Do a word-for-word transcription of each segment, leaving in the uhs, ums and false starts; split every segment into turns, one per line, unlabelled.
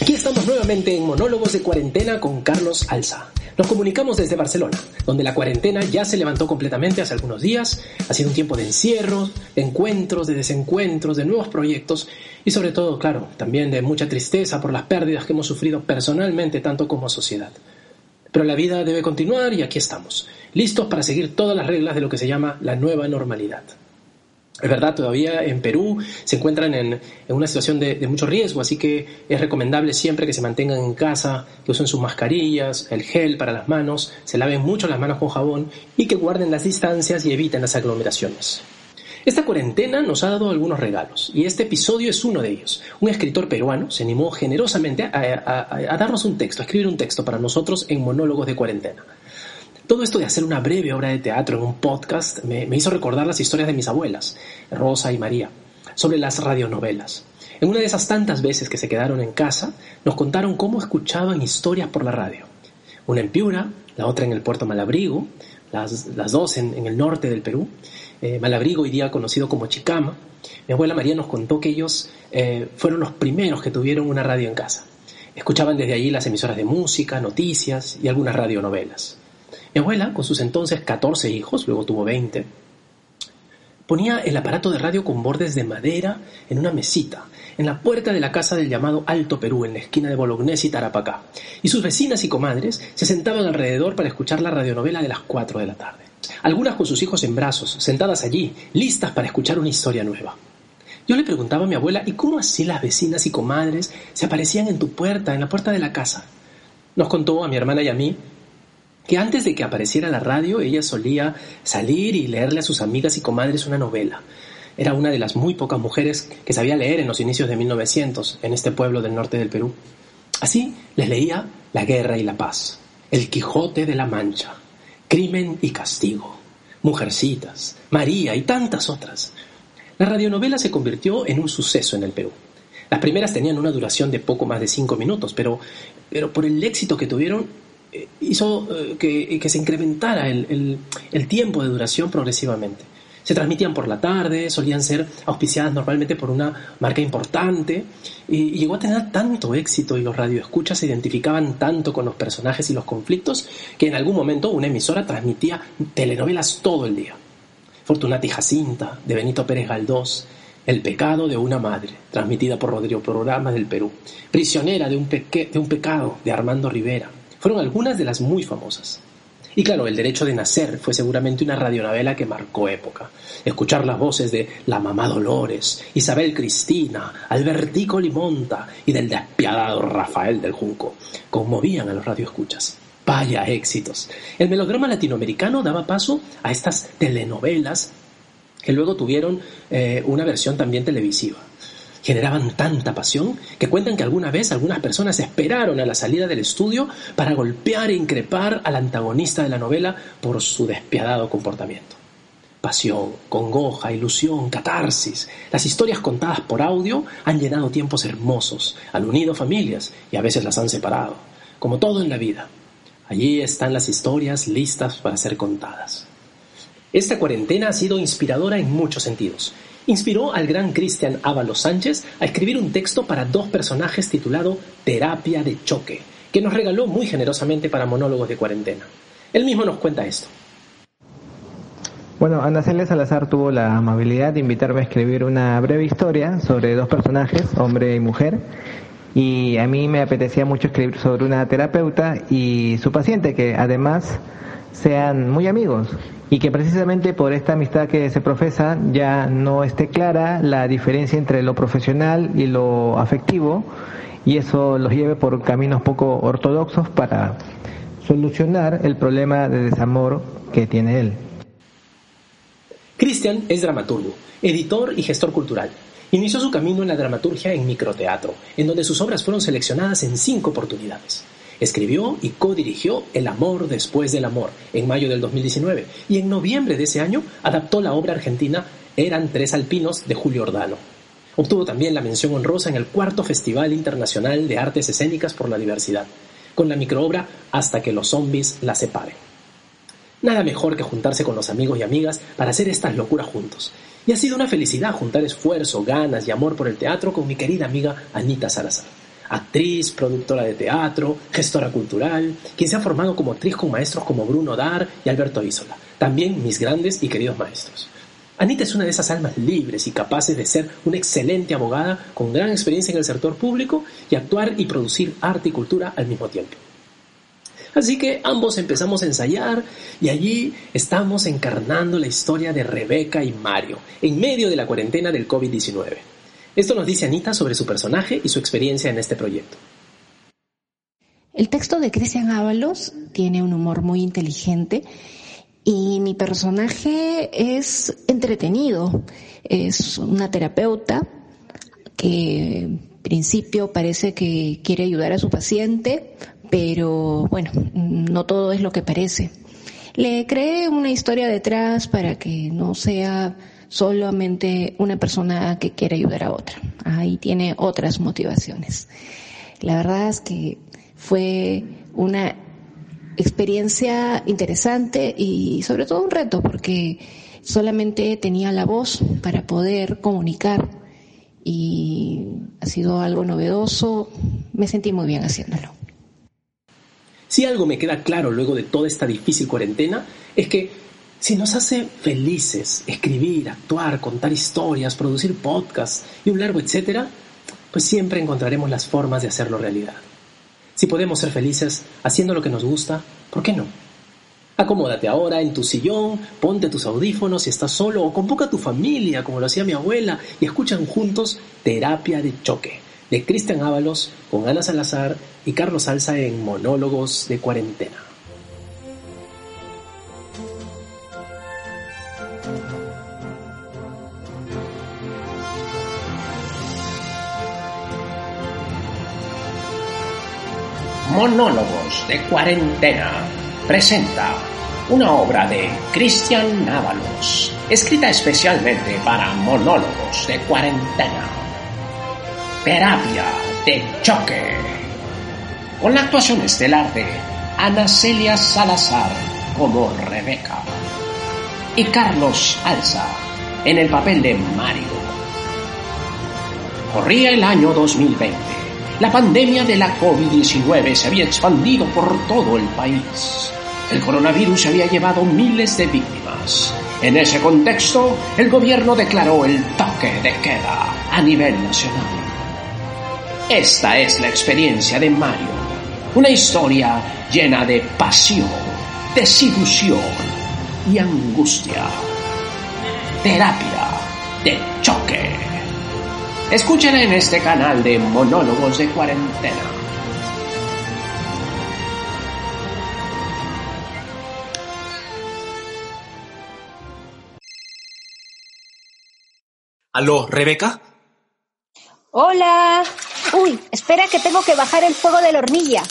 Aquí estamos nuevamente en Monólogos de Cuarentena con Carlos Alza. Nos comunicamos desde Barcelona, donde la cuarentena ya se levantó completamente hace algunos días. Ha sido un tiempo de encierros, de encuentros, de desencuentros, de nuevos proyectos y sobre todo, claro, también de mucha tristeza por las pérdidas que hemos sufrido personalmente tanto como sociedad. Pero la vida debe continuar y aquí estamos, listos para seguir todas las reglas de lo que se llama la nueva normalidad. Es verdad, todavía en Perú se encuentran en, en una situación de, de mucho riesgo, así que es recomendable siempre que se mantengan en casa, que usen sus mascarillas, el gel para las manos, se laven mucho las manos con jabón y que guarden las distancias y eviten las aglomeraciones. Esta cuarentena nos ha dado algunos regalos y este episodio es uno de ellos. Un escritor peruano se animó generosamente a, a, a, a darnos un texto, a escribir un texto para nosotros en Monólogos de Cuarentena. Todo esto de hacer una breve obra de teatro en un podcast me, me hizo recordar las historias de mis abuelas, Rosa y María, sobre las radionovelas. En una de esas tantas veces que se quedaron en casa, nos contaron cómo escuchaban historias por la radio. Una en Piura, la otra en el puerto Malabrigo, las, las dos en, en el norte del Perú. Eh, Malabrigo, hoy día conocido como Chicama. Mi abuela María nos contó que ellos eh, fueron los primeros que tuvieron una radio en casa. Escuchaban desde allí las emisoras de música, noticias y algunas radionovelas. Mi abuela, con sus entonces catorce hijos, luego tuvo veinte, ponía el aparato de radio con bordes de madera en una mesita, en la puerta de la casa del llamado Alto Perú, en la esquina de Bolognesi y Tarapacá, y sus vecinas y comadres se sentaban alrededor para escuchar la radionovela de las cuatro de la tarde. Algunas con sus hijos en brazos, sentadas allí, listas para escuchar una historia nueva. Yo le preguntaba a mi abuela, ¿y cómo así las vecinas y comadres se aparecían en tu puerta, en la puerta de la casa? Nos contó a mi hermana y a mí que antes de que apareciera la radio, ella solía salir y leerle a sus amigas y comadres una novela. Era una de las muy pocas mujeres que sabía leer en los inicios de mil novecientos, en este pueblo del norte del Perú. Así les leía La guerra y la paz, El Quijote de la Mancha, Crimen y castigo, Mujercitas, María y tantas otras. La radionovela se convirtió en un suceso en el Perú. Las primeras tenían una duración de poco más de cinco minutos, pero, pero por el éxito que tuvieron, hizo que, que se incrementara el, el, el tiempo de duración progresivamente. Se transmitían por la tarde, solían ser auspiciadas normalmente por una marca importante y, y llegó a tener tanto éxito y los radioescuchas se identificaban tanto con los personajes y los conflictos que en algún momento una emisora transmitía telenovelas todo el día. Fortunata y Jacinta, de Benito Pérez Galdós, El pecado de una madre, transmitida por Rodrigo Programas del Perú, Prisionera de un, peque, de un pecado, de Armando Rivera, fueron algunas de las muy famosas. Y claro, El derecho de nacer fue seguramente una radionovela que marcó época. Escuchar las voces de la mamá Dolores, Isabel Cristina, Albertico Limonta y del despiadado Rafael del Junco conmovían a los radioescuchas. Vaya éxitos. El melodrama latinoamericano daba paso a estas telenovelas que luego tuvieron eh, una versión también televisiva. Generaban tanta pasión que cuentan que alguna vez algunas personas esperaron a la salida del estudio para golpear e increpar al antagonista de la novela por su despiadado comportamiento. Pasión, congoja, ilusión, catarsis. Las historias contadas por audio han llenado tiempos hermosos, han unido familias y a veces las han separado. Como todo en la vida, allí están las historias listas para ser contadas. Esta cuarentena ha sido inspiradora en muchos sentidos. Inspiró al gran Cristian Ábalos Sánchez a escribir un texto para dos personajes titulado Terapia de Choque, que nos regaló muy generosamente para Monólogos de Cuarentena. Él mismo nos cuenta esto.
Bueno, Ana Celia Salazar tuvo la amabilidad de invitarme a escribir una breve historia sobre dos personajes, hombre y mujer, y a mí me apetecía mucho escribir sobre una terapeuta y su paciente, que además sean muy amigos y que precisamente por esta amistad que se profesa ya no esté clara la diferencia entre lo profesional y lo afectivo y eso los lleve por caminos poco ortodoxos para solucionar el problema de desamor que tiene él.
Cristian es dramaturgo, editor y gestor cultural. Inició su camino en la dramaturgia en microteatro, en donde sus obras fueron seleccionadas en cinco oportunidades. Escribió y codirigió El amor después del amor en mayo del dos mil diecinueve y en noviembre de ese año adaptó la obra argentina Eran tres alpinos de Julio Ordano. Obtuvo también la mención honrosa en el cuarto Festival Internacional de Artes Escénicas por la Diversidad, con la microobra Hasta que los zombies la separen. Nada mejor que juntarse con los amigos y amigas para hacer estas locuras juntos. Y ha sido una felicidad juntar esfuerzo, ganas y amor por el teatro con mi querida amiga Anita Salazar. actriz, productora de teatro, gestora cultural, quien se ha formado como actriz con maestros como Bruno Dar y Alberto Isola, también mis grandes y queridos maestros. Anita es una de esas almas libres y capaces de ser una excelente abogada con gran experiencia en el sector público y actuar y producir arte y cultura al mismo tiempo. Así que ambos empezamos a ensayar y allí estamos encarnando la historia de Rebeca y Mario, en medio de la cuarentena del covid diecinueve. Esto nos dice Anita sobre su personaje y su experiencia en este proyecto.
El texto de Cristian Ábalos tiene un humor muy inteligente y mi personaje es entretenido. Es una terapeuta que en principio parece que quiere ayudar a su paciente, pero bueno, no todo es lo que parece. Le creé una historia detrás para que no sea solamente una persona que quiere ayudar a otra. Ahí tiene otras motivaciones. La verdad es que fue una experiencia interesante y sobre todo un reto porque solamente tenía la voz para poder comunicar y ha sido algo novedoso. Me sentí muy bien haciéndolo.
Si algo me queda claro luego de toda esta difícil cuarentena es que si nos hace felices escribir, actuar, contar historias, producir podcasts y un largo etcétera, pues siempre encontraremos las formas de hacerlo realidad. Si podemos ser felices haciendo lo que nos gusta, ¿por qué no? Acomódate ahora en tu sillón, ponte tus audífonos si estás solo o convoca a tu familia como lo hacía mi abuela y escuchan juntos Terapia de Choque, de Cristian Ábalos con Ana Salazar y Carlos Alza en Monólogos de Cuarentena.
Monólogos de Cuarentena presenta una obra de Cristian Ábalos, escrita especialmente para Monólogos de Cuarentena. Terapia de Choque, con la actuación estelar de Ana Celia Salazar como Rebeca y Carlos Alza en el papel de Mario. Corría el año dos mil veinte. La pandemia de la covid diecinueve se había expandido por todo el país. El coronavirus se había llevado miles de víctimas. En ese contexto, el gobierno declaró el toque de queda a nivel nacional. Esta es la experiencia de Mario, una historia llena de pasión, desilusión y angustia. Terapia de Choque. Escúchenla en este canal de Monólogos de Cuarentena.
¿Aló, Rebeca?
Hola. Uy, espera que tengo que bajar el fuego de la hornilla.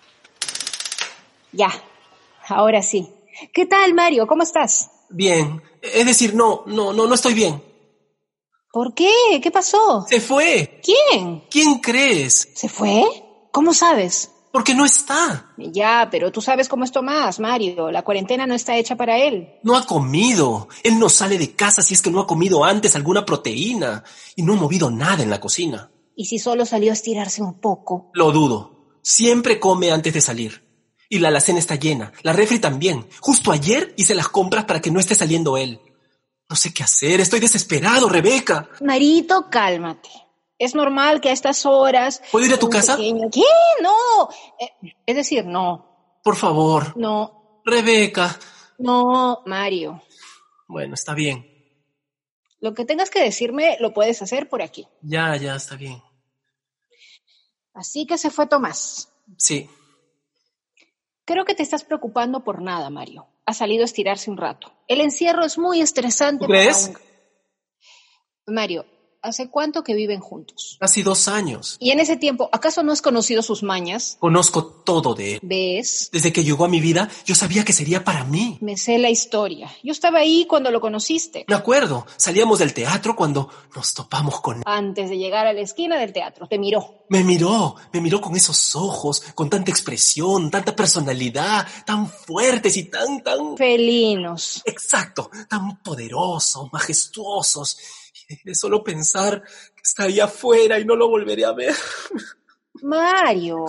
Ya, ahora sí. ¿Qué tal, Mario? ¿Cómo estás?
Bien, es decir, no, no, no, no estoy bien.
¿Por qué? ¿Qué pasó?
¡Se fue!
¿Quién?
¿Quién crees?
¿Se fue? ¿Cómo sabes?
Porque no está.
Ya, pero tú sabes cómo es Tomás, Mario. La cuarentena no está hecha para él.
No ha comido. Él no sale de casa si es que no ha comido antes alguna proteína. Y no ha movido nada en la cocina.
¿Y si solo salió a estirarse un poco?
Lo dudo. Siempre come antes de salir. Y la alacena está llena. La refri también. Justo ayer hice las compras para que no esté saliendo él. No sé qué hacer. Estoy desesperado, Rebeca.
Marito, cálmate. Es normal que a estas horas...
¿Puedo ir a tu casa?
Pequeño... ¿Qué? No. Eh, es decir, no.
Por favor.
No.
Rebeca.
No, Mario.
Bueno, está bien.
Lo que tengas que decirme lo puedes hacer por aquí.
Ya, ya, está bien.
Así que se fue Tomás.
Sí.
Creo que te estás preocupando por nada, Mario. Ha salido a estirarse un rato. El encierro es muy estresante.
¿Tú crees?
Para un... Mario, ¿hace cuánto que viven juntos?
Casi dos años.
Y en ese tiempo, ¿acaso no has conocido sus mañas?
Conozco todo de él.
¿Ves?
Desde que llegó a mi vida, yo sabía que sería para mí.
Me sé la historia. Yo estaba ahí cuando lo conociste.
Me acuerdo. Salíamos del teatro cuando nos topamos con él.
Antes de llegar a la esquina del teatro, te miró.
Me miró. Me miró con esos ojos, con tanta expresión, tanta personalidad, tan fuertes y tan, tan...
Felinos.
Exacto. Tan poderosos, majestuosos. De solo pensar que está ahí afuera y no lo volveré a ver.
Mario.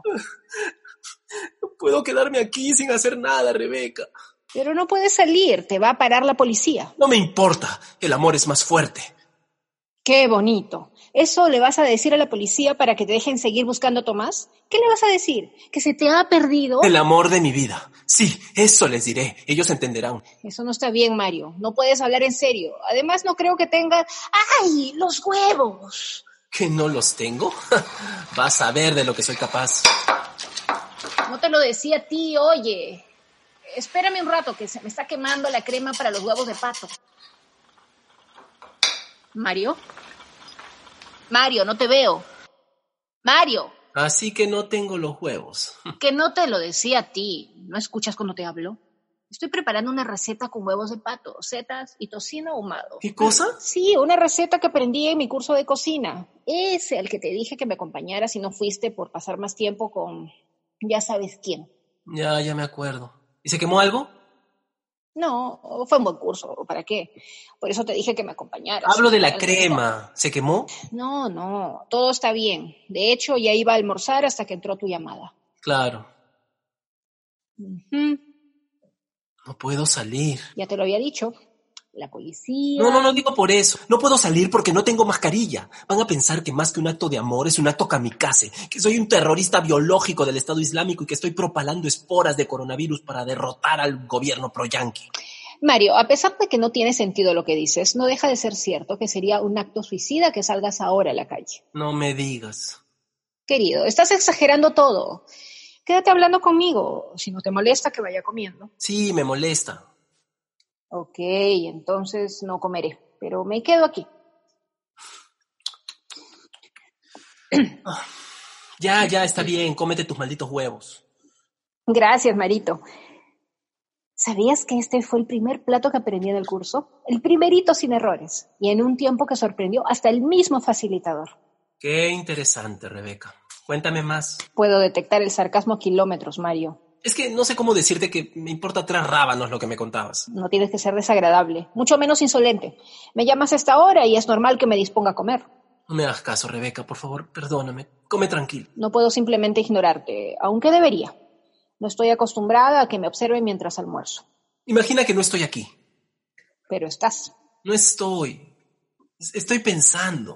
No puedo quedarme aquí sin hacer nada, Rebeca.
Pero no puedes salir, te va a parar la policía.
No me importa, el amor es más fuerte.
Qué bonito. ¿Eso le vas a decir a la policía para que te dejen seguir buscando a Tomás? ¿Qué le vas a decir? ¿Que se te ha perdido?
El amor de mi vida. Sí, eso les diré. Ellos entenderán.
Eso no está bien, Mario. No puedes hablar en serio. Además, no creo que tengas... ¡Ay, los huevos!
¿Que no los tengo? Vas a ver de lo que soy capaz.
No te lo decía a ti, oye. Espérame un rato, que se me está quemando la crema para los huevos de pato. ¿Mario? Mario, no te veo. Mario.
Así que no tengo los huevos.
Que no te lo decía a ti. ¿No escuchas cuando te hablo? Estoy preparando una receta con huevos de pato, setas y tocino ahumado.
¿Qué cosa?
Sí, una receta que aprendí en mi curso de cocina. Ese al que te dije que me acompañaras si no fuiste por pasar más tiempo con ya sabes quién.
Ya, ya me acuerdo. ¿Y se quemó algo?
No, fue un buen curso. ¿Para qué? Por eso te dije que me acompañaras.
Hablo de la crema. ¿Se quemó?
No, no, todo está bien. De hecho, ya iba a almorzar hasta que entró tu llamada.
Claro.
Uh-huh.
No puedo salir.
Ya te lo había dicho. La policía...
No, no, no digo por eso. No puedo salir porque no tengo mascarilla. Van a pensar que más que un acto de amor es un acto kamikaze, que soy un terrorista biológico del Estado Islámico y que estoy propalando esporas de coronavirus para derrotar al gobierno pro-yanqui.
Mario, a pesar de que no tiene sentido lo que dices, no deja de ser cierto que sería un acto suicida que salgas ahora a la calle.
No me digas.
Querido, estás exagerando todo. Quédate hablando conmigo, si no te molesta que vaya comiendo.
Sí, me molesta.
Ok, entonces no comeré, pero me quedo aquí.
Ya, ya, está bien, cómete tus malditos huevos.
Gracias, Marito. ¿Sabías que este fue el primer plato que aprendí en el curso? El primerito sin errores, y en un tiempo que sorprendió hasta el mismo facilitador.
Qué interesante, Rebeca. Cuéntame más.
Puedo detectar el sarcasmo a kilómetros, Mario.
Es que no sé cómo decirte que me importa tres rábanos lo que me contabas.
No tienes que ser desagradable, mucho menos insolente. Me llamas a esta hora y es normal que me disponga a comer.
No me hagas caso, Rebeca, por favor, perdóname. Come tranquilo.
No puedo simplemente ignorarte, aunque debería. No estoy acostumbrada a que me observen mientras almuerzo.
Imagina que no estoy aquí.
Pero estás.
No estoy. Estoy pensando.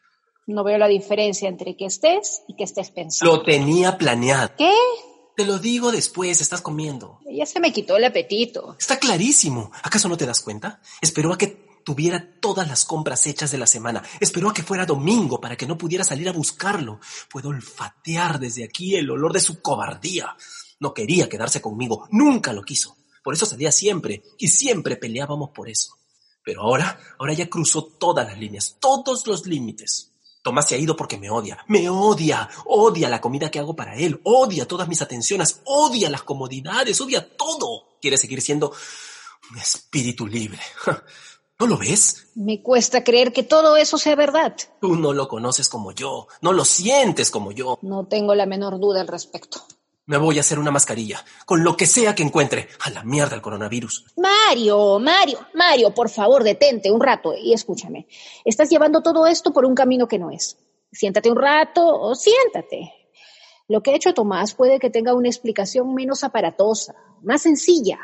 No veo la diferencia entre que estés y que estés pensando.
Lo tenía planeado.
¿Qué?
Te lo digo después, estás comiendo.
Ya se me quitó el apetito.
Está clarísimo. ¿Acaso no te das cuenta? Esperó a que tuviera todas las compras hechas de la semana. Esperó a que fuera domingo para que no pudiera salir a buscarlo. Puedo olfatear desde aquí el olor de su cobardía. No quería quedarse conmigo. Nunca lo quiso. Por eso salía siempre. Y siempre peleábamos por eso. Pero ahora, ahora ya cruzó todas las líneas. Todos los límites. Tomás se ha ido porque me odia, me odia, odia la comida que hago para él, odia todas mis atenciones, odia las comodidades, odia todo. Quiere seguir siendo un espíritu libre. ¿No lo ves?
Me cuesta creer que todo eso sea verdad.
Tú no lo conoces como yo, no lo sientes como yo.
No tengo la menor duda al respecto.
Me voy a hacer una mascarilla, con lo que sea que encuentre. A la mierda el coronavirus.
Mario, Mario, Mario, por favor, detente un rato y escúchame. Estás llevando todo esto por un camino que no es. Siéntate un rato o siéntate. Lo que ha hecho Tomás puede que tenga una explicación menos aparatosa, más sencilla.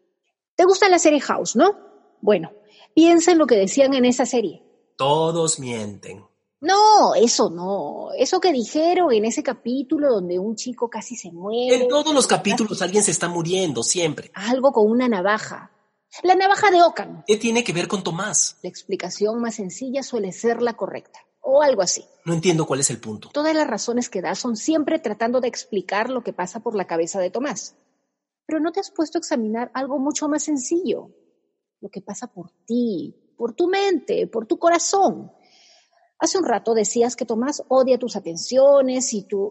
¿Te gusta la serie House, no? Bueno, piensa en lo que decían en esa serie.
Todos mienten.
No, eso no. Eso que dijeron en ese capítulo donde un chico casi se muere.
En todos los capítulos alguien se está muriendo, siempre.
Algo con una navaja. La navaja de Ockham.
¿Qué tiene que ver con Tomás?
La explicación más sencilla suele ser la correcta. O algo así.
No entiendo cuál es el punto.
Todas las razones que das son siempre tratando de explicar lo que pasa por la cabeza de Tomás. Pero no te has puesto a examinar algo mucho más sencillo. Lo que pasa por ti, por tu mente, por tu corazón. Hace un rato decías que Tomás odia tus atenciones y tu...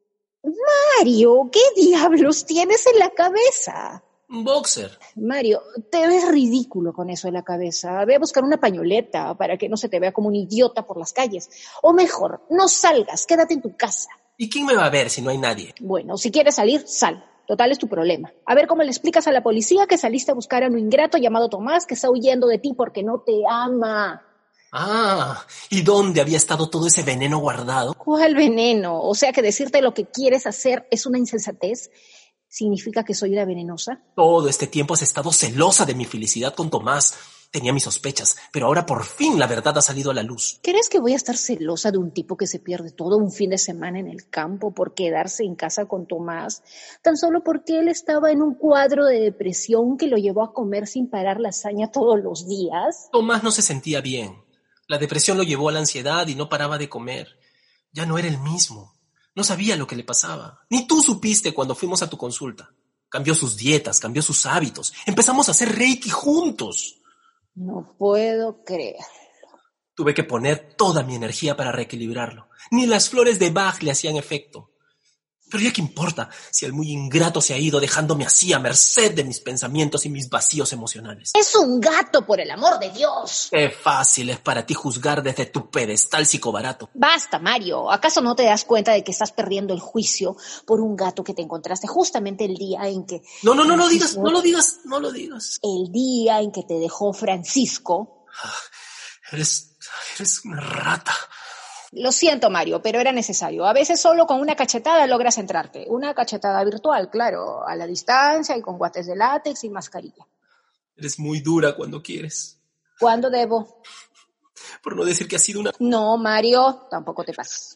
Mario, ¿qué diablos tienes en la cabeza?
Un boxer.
Mario, te ves ridículo con eso en la cabeza. Ve a buscar una pañoleta para que no se te vea como un idiota por las calles. O mejor, no salgas, quédate en tu casa.
¿Y quién me va a ver si no hay nadie?
Bueno, si quieres salir, sal. Total es tu problema. A ver cómo le explicas a la policía que saliste a buscar a un ingrato llamado Tomás que está huyendo de ti porque no te ama.
Ah, ¿y dónde había estado todo ese veneno guardado?
¿Cuál veneno? O sea que decirte lo que quieres hacer es una insensatez. ¿Significa que soy una venenosa?
Todo este tiempo has estado celosa de mi felicidad con Tomás. Tenía mis sospechas, pero ahora por fin la verdad ha salido a la luz.
¿Crees que voy a estar celosa de un tipo que se pierde todo un fin de semana en el campo por quedarse en casa con Tomás, tan solo porque él estaba en un cuadro de depresión que lo llevó a comer sin parar lasaña todos los días?
Tomás no se sentía bien. La depresión lo llevó a la ansiedad y no paraba de comer. Ya no era el mismo. No sabía lo que le pasaba. Ni tú supiste cuando fuimos a tu consulta. Cambió sus dietas, cambió sus hábitos. Empezamos a hacer reiki juntos.
No puedo creerlo.
Tuve que poner toda mi energía para reequilibrarlo. Ni las flores de Bach le hacían efecto. Pero ya qué importa si el muy ingrato se ha ido dejándome así a merced de mis pensamientos y mis vacíos emocionales.
¡Es un gato, por el amor de Dios!
Qué fácil es para ti juzgar desde tu pedestal psicobarato.
Basta, Mario. ¿Acaso no te das cuenta de que estás perdiendo el juicio por un gato que te encontraste justamente el día en que...
No, no, no lo digas, no lo digas, no lo digas.
El día en que te dejó Francisco.
Ah, eres, eres una rata.
Lo siento, Mario, pero era necesario. A veces solo con una cachetada logras centrarte. Una cachetada virtual, claro, a la distancia y con guantes de látex y mascarilla.
Eres muy dura cuando quieres.
¿Cuándo debo?
Por no decir que ha sido una...
No, Mario, tampoco te pases.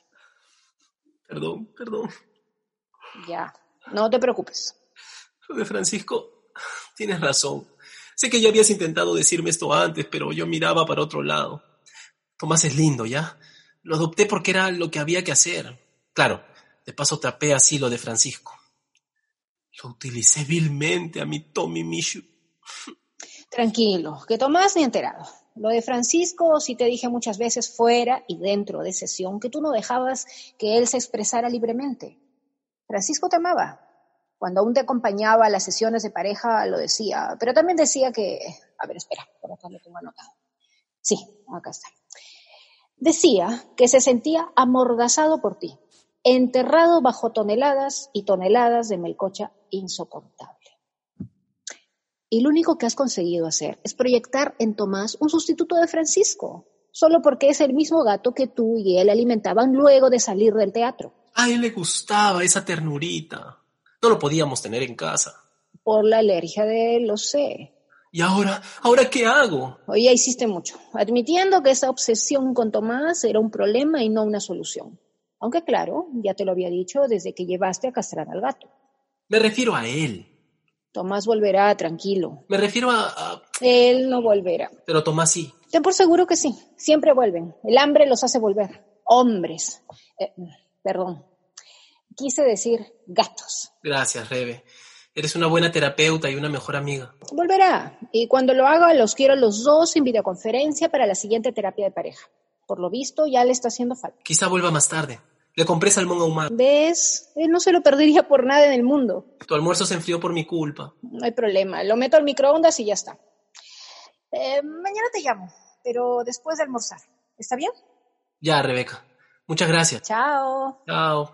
Perdón, perdón.
Ya, no te preocupes.
Lo de Francisco, tienes razón. Sé que ya habías intentado decirme esto antes, pero yo miraba para otro lado. Tomás es lindo, ¿ya? Lo adopté porque era lo que había que hacer. Claro, de paso tapé así lo de Francisco. Lo utilicé vilmente a mi Tommy Michu.
Tranquilo, que Tomás ni enterado. Lo de Francisco sí te dije muchas veces fuera y dentro de sesión que tú no dejabas que él se expresara libremente. Francisco te amaba. Cuando aún te acompañaba a las sesiones de pareja lo decía, pero también decía que... A ver, espera, por acá lo tengo anotado. Sí, acá está. Decía que se sentía amordazado por ti, enterrado bajo toneladas y toneladas de melcocha insoportable. Y lo único que has conseguido hacer es proyectar en Tomás un sustituto de Francisco, solo porque es el mismo gato que tú y él alimentaban luego de salir del teatro.
A él le gustaba esa ternurita. No lo podíamos tener en casa.
Por la alergia de él, lo sé.
¿Y ahora? ¿Ahora qué hago?
Hoy ya hiciste mucho, admitiendo que esa obsesión con Tomás era un problema y no una solución. Aunque claro, ya te lo había dicho desde que llevaste a castrar al gato.
Me refiero a él.
Tomás volverá, tranquilo.
Me refiero a... a...
Él no volverá.
Pero Tomás sí.
Ten por seguro que sí, siempre vuelven. El hambre los hace volver. Hombres. Eh, perdón. Quise decir gatos.
Gracias, Rebe. Eres una buena terapeuta y una mejor amiga.
Volverá. Y cuando lo haga, los quiero los dos en videoconferencia para la siguiente terapia de pareja. Por lo visto, ya le está haciendo falta.
Quizá vuelva más tarde. Le compré salmón ahumado.
¿Ves? Él no se lo perdería por nada en el mundo.
Tu almuerzo se enfrió por mi culpa.
No hay problema. Lo meto al microondas y ya está. Eh, mañana te llamo, pero después de almorzar. ¿Está bien?
Ya, Rebeca. Muchas gracias.
Chao.
Chao.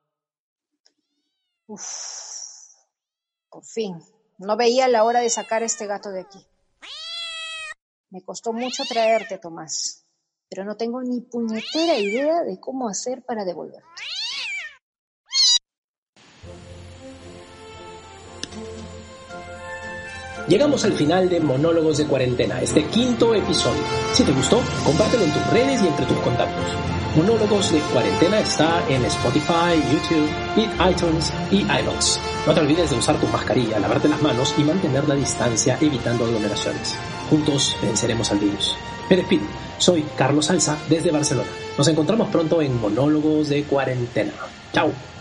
Uf. Por fin. No veía la hora de sacar a este gato de aquí. Me costó mucho traerte, Tomás, pero no tengo ni puñetera idea de cómo hacer para devolverte.
Llegamos al final de Monólogos de Cuarentena, este quinto episodio. Si te gustó, compártelo en tus redes y entre tus contactos. Monólogos de Cuarentena está en Spotify, YouTube, iTunes y iVoox. No te olvides de usar tu mascarilla, lavarte las manos y mantener la distancia evitando aglomeraciones. Juntos venceremos al virus. Me despido. Soy Carlos Alza desde Barcelona. Nos encontramos pronto en Monólogos de Cuarentena. Chao.